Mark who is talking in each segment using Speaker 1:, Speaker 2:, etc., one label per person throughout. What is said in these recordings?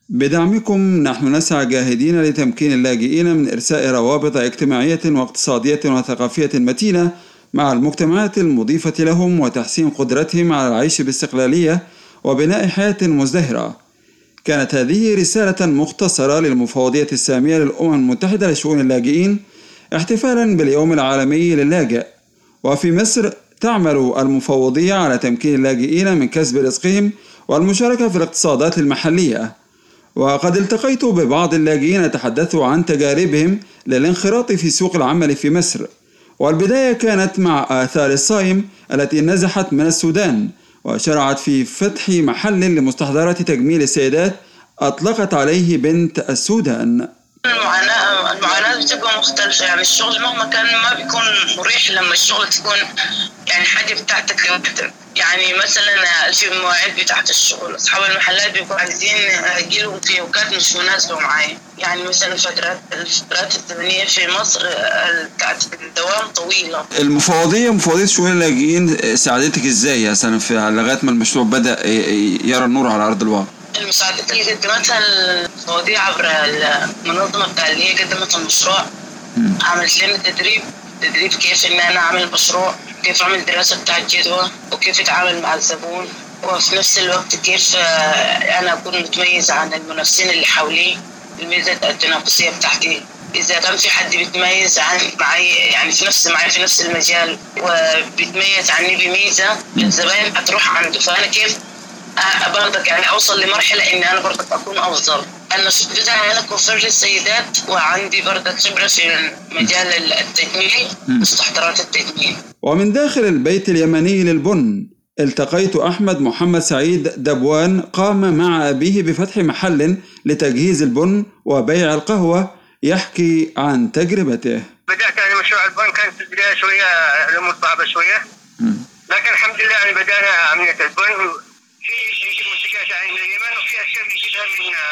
Speaker 1: بدعمكم نحن نسعى جاهدين لتمكين اللاجئين من إرساء روابط اجتماعية واقتصادية وثقافية متينة مع المجتمعات المضيفة لهم وتحسين قدرتهم على العيش باستقلالية وبناء حياة مزدهرة. كانت هذه رسالة مختصرة للمفوضية السامية للأمم المتحدة لشؤون اللاجئين احتفالا باليوم العالمي للاجئ. وفي مصر تعمل المفوضية على تمكين اللاجئين من كسب رزقهم والمشاركة في الاقتصادات المحلية. وقد التقيت ببعض اللاجئين يتحدثوا عن تجاربهم للانخراط في سوق العمل في مصر، والبداية كانت مع آثار الصائم التي نزحت من السودان وشرعت في فتح محل لمستحضرات تجميل السيدات أطلقت عليه بنت السودان.
Speaker 2: المعاناة بتبقى مختلفة، يعني الشغل مهما كان ما بيكون مريح لما الشغل تكون يعني حاجة بتاعتك لوحدك. يعني مثلا في المواعيد بتاعت الشغل أصحاب المحلات بيكونوا عايزين أجيلهم في أوقات مش مناسبة معايا. يعني مثلا الفترات الزمنية في مصر بتاعت الدوام طويلة.
Speaker 1: مفوضية شؤون اللاجئين ساعدتك إزاي مثلا في لغاية ما المشروع بدأ يرى النور على أرض الواقع؟
Speaker 2: المساعدات اللي قدمتها المفوضية عبر المنظمة بتاع اللي هي قدمت المشروع، عملت لنا تدريب كيف إن أنا أعمل مشروع، كيف أعمل دراسة بتاع الجدوى، وكيف أتعامل مع الزبون، وفي نفس الوقت كيف أنا أكون متميز عن المنافسين اللي حولي. الميزة التنافسية بتاعتي إذا كان في حد بيتميز معي يعني في نفس المجال وبيتميز عني بميزة، الزبائن هتروح عنده. فأنا كيف برضك يعني أوصل لمرحلة إن أنا برضك أكون أفضل. أنا شفتها أنا كوفر للسيدات، وعندي برضك خبرة في مجال التجميل، مستحضرات التجميل.
Speaker 1: ومن داخل البيت اليمني للبن التقيت أحمد محمد سعيد دبوان قام مع أبيه بفتح محل لتجهيز البن وبيع القهوة، يحكي عن تجربته.
Speaker 3: بدأت يعني مشروع البن كانت في البداية شوية الأمور صعبة شوية، لكن الحمد لله يعني بدأنا عملية البن. في منتجات يعني من اليمن وفي أشياء بنجيبها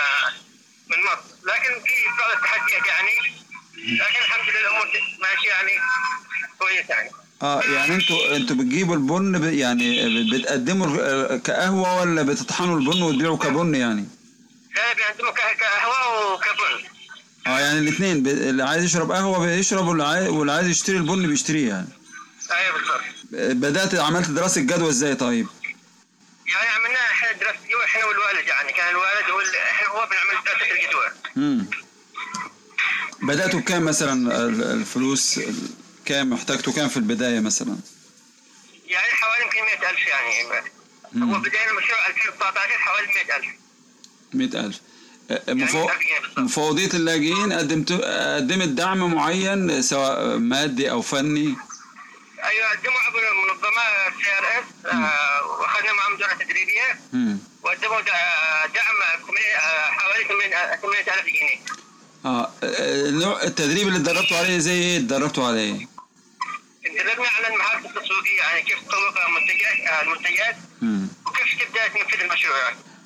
Speaker 3: من مصر، لكن في بعض التحديات يعني، لكن الحمد لله الأمور ماشية يعني كويس يعني.
Speaker 1: يعني انتوا بتجيبوا البن يعني بتقدموا كقهوة ولا بتطحنوا البن وتبيعوا كبن يعني؟
Speaker 3: لا بيقدموا كقهوة وكبن.
Speaker 1: يعني الاثنين، اللي عايز يشرب قهوة بيشرب واللي عايز يشتري البن بيشتريه يعني.
Speaker 3: ايوه بالظبط.
Speaker 1: عملت دراسة جدوى ازاي طيب؟
Speaker 3: يعني عملنا احنا دراسة جدوى احنا والوالد، يعني كان الوالد هو بنعمل دراسة الجدوى.
Speaker 1: بدأتوا بكام مثلا الفلوس؟ كام احتاجتوا كام في البداية مثلا؟
Speaker 3: يعني حوالي يمكن 100,000 يعني. هو بدأنا المشروع 2019 حوالي 100,000.
Speaker 1: 100,000. مفوضية اللاجئين قدمت دعم معين سواء مادي أو فني؟
Speaker 3: أيوة قدموا عبر منظمة CRS، وأخذنا معهم دورة تدريبية، وقدموا دعم حوالي 8,000 جنيه.
Speaker 1: التدريب اللي اتدربتوا عليه زي ايه؟ اتدربتوا عليه؟
Speaker 3: تدربنا على المهارات التسويقية، يعني كيف تسوق المنتجات وكيف تبدأ تنفذ المشروع.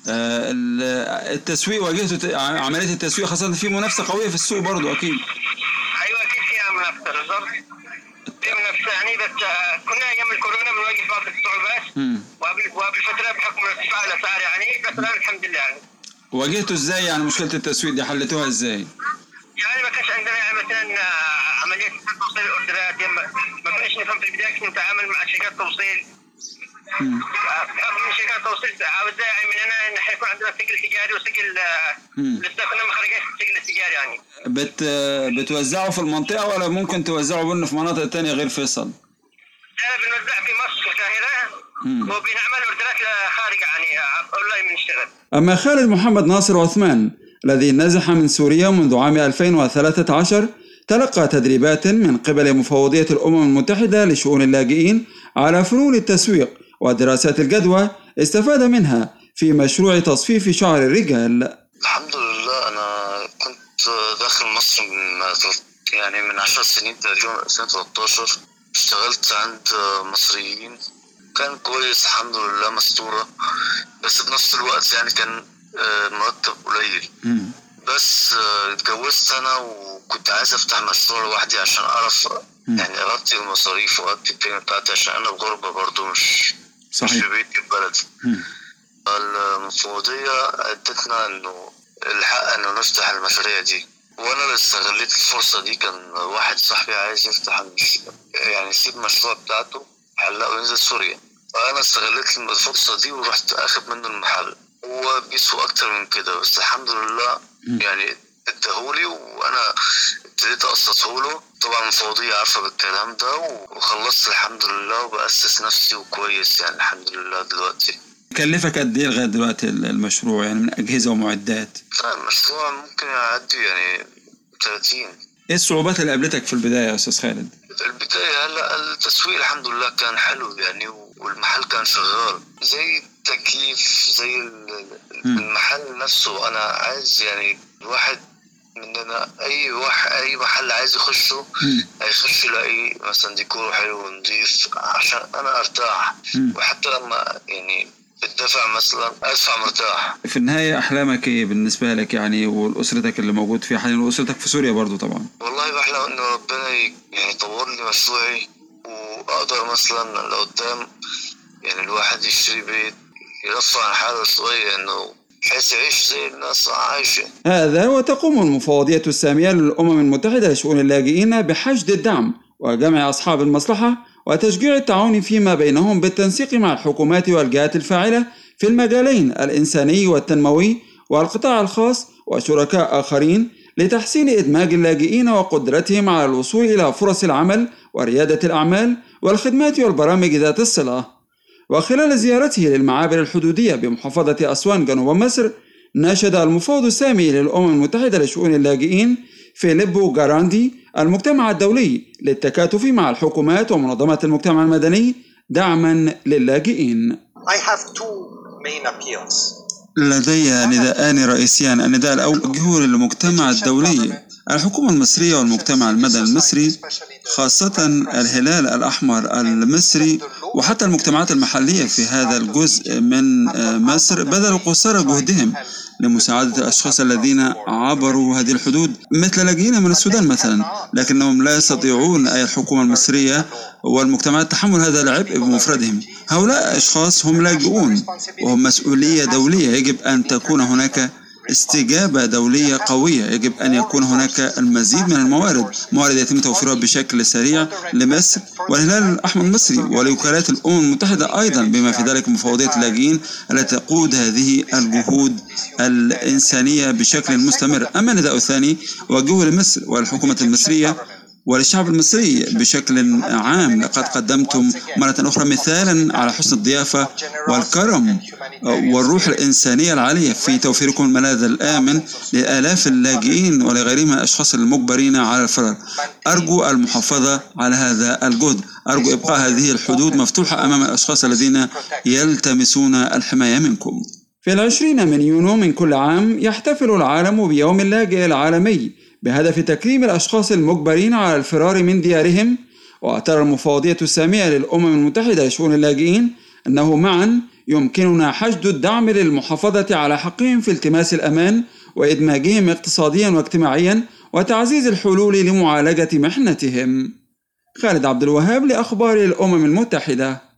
Speaker 1: التسويق، واجهتوا عملية التسويق خاصة في منافسة قوية في السوق برضو أكيد.
Speaker 3: أيوة أكيد فيها منافسة بالضبط، فيها منافسة يعني، بس كنا أيام الكورونا بنواجه بعض الصعوبات وقبل فترة بحكم ارتفاع الأسعار يعني، بس الآن الحمد لله يعني.
Speaker 1: واجهتوا ازاي يعني مشكلة التسويق دي، حلتوها ازاي؟
Speaker 3: يعني ما كانش عندنا يعني مثلا عملية توصيل الأوردرات، ما كناش نفهم في البداية، كنا نتعامل مع شركات توصيل. من شركات توصيل عاوزة يعني مننا إن حيكون عندنا سجل تجاري وسجل لسه كنا ما خرجناش السجل التجاري يعني.
Speaker 1: بتوزعوا في المنطقة ولا ممكن توزعوا بن في مناطق تانية غير فيصل؟
Speaker 3: لا بنوزع في مصر في القاهرة، وبنعمل اوردرات خارج يعني اونلاين بنشتغل.
Speaker 1: أما خالد محمد ناصر عثمان الذي نزح من سوريا منذ عام 2013 تلقى تدريبات من قبل مفوضية الأمم المتحدة لشؤون اللاجئين على فنون التسويق ودراسات الجدوى، استفاد منها في مشروع تصفيف شعر الرجال.
Speaker 4: الحمد لله أنا كنت داخل مصر من 10 سنين تقريبا، 2013 اشتغلت عند مصريين، كان كويس الحمد لله مستورة، بس بنفس الوقت يعني كان مرتب قليل. بس اتجوزت أنا وكنت عايز أفتح مشروع لوحدي عشان أعرف يعني أغطي المصاريف وأغطي الدنيا بتاعتي، عشان أنا بغربة برضو مش في بيتي في بلدي. المفوضية ادتنا إنه الحق انه نفتح المشاريع دي. وانا اللي استغليت الفرصة دي، كان واحد صاحبي عايز يفتح يعني يسيب مشروع بتاعته حلقه وينزل سوريا، فانا استغليت الفرصة دي ورحت اخد منه المحل. هو بيسوى اكتر من كده، بس الحمد لله يعني اداهولي وانا ابتديت اقسطهوله. طبعا مفوضية عارفة بالكلام ده، وخلصت الحمد لله وبأسس نفسي وكويس يعني الحمد لله دلوقتي.
Speaker 1: كلفك قد ايه لغايه دلوقتي المشروع يعني من اجهزه ومعدات؟
Speaker 4: المشروع ممكن يعدي يعني 30.
Speaker 1: ايه الصعوبات اللي قابلتك في البدايه يا استاذ خالد؟
Speaker 4: البداية هلا التسويق الحمد لله كان حلو يعني، والمحل كان شغال زي التكييف زي المحل نفسه. انا عايز يعني الواحد مننا اي محل عايز يخشه هيخش يلاقي مثلا ديكور حلو ونضيف عشان انا ارتاح، وحتى لما يعني الدفع مثلا ادفع مرتاح.
Speaker 1: في النهايه احلامك ايه بالنسبه لك يعني والاسرتك اللي موجود فيها حاليا، واسرتك في سوريا برضو طبعا؟
Speaker 4: والله بحلم انه ربنا يعني يطور لي مشروعي، واقدر مثلا لقدام يعني الواحد يشتري بيت يرفع عن حاله شويه، انه بحيث يعيش زي الناس عايشه.
Speaker 1: هذا وتقوم المفوضية السامية للأمم المتحدة لشؤون اللاجئين بحشد الدعم وجمع أصحاب المصلحة وتشجيع التعاون فيما بينهم بالتنسيق مع الحكومات والجهات الفاعلة في المجالين الإنساني والتنموي والقطاع الخاص وشركاء آخرين لتحسين إدماج اللاجئين وقدرتهم على الوصول إلى فرص العمل وريادة الأعمال والخدمات والبرامج ذات الصلة. وخلال زيارته للمعابر الحدودية بمحافظة أسوان جنوب مصر، ناشد المفوض السامي للأمم المتحدة لشؤون اللاجئين فيليبو جاراندي المجتمع الدولي للتكاتف مع الحكومات ومنظمات المجتمع المدني دعما للاجئين.
Speaker 5: لدي نداءان رئيسيان. النداء الأول أوجهه للمجتمع الدولي، الحكومة المصرية والمجتمع المدني المصري، خاصة الهلال الأحمر المصري وحتى المجتمعات المحلية في هذا الجزء من مصر بذلوا قصارى جهدهم لمساعدة الأشخاص الذين عبروا هذه الحدود مثل لاجئين من السودان مثلا، لكنهم لا يستطيعون أي الحكومة المصرية والمجتمعات تحمل هذا العبء بمفردهم. هؤلاء أشخاص هم لاجئون وهم مسؤولية دولية، يجب أن تكون هناك استجابة دولية قوية، يجب أن يكون هناك المزيد من الموارد يتم توفيرها بشكل سريع لمصر والهلال الأحمر المصري ولوكالات الأمم المتحدة أيضا، بما في ذلك مفوضية اللاجئين التي تقود هذه الجهود الإنسانية بشكل مستمر. أما النداء الثاني وجهه لمصر والحكومة المصرية وللشعب المصري بشكل عام. لقد قدمتم مرة أخرى مثالا على حسن الضيافة والكرم والروح الإنسانية العالية في توفيركم الملاذ الآمن لآلاف اللاجئين ولغيرهم من الأشخاص المجبرين على الفرار. أرجو المحافظة على هذا الجهد، أرجو إبقاء هذه الحدود مفتوحة أمام الأشخاص الذين يلتمسون الحماية منكم.
Speaker 1: في 20 من يونيو من كل عام يحتفل العالم بيوم اللاجئ العالمي بهدف تكريم الأشخاص المجبرين على الفرار من ديارهم. وترى المفوضية السامية للأمم المتحدة لشؤون اللاجئين أنه معا يمكننا حشد الدعم للمحافظة على حقهم في التماس الأمان وإدماجهم اقتصاديا واجتماعيا وتعزيز الحلول لمعالجة محنتهم. خالد عبد الوهاب لأخبار الأمم المتحدة.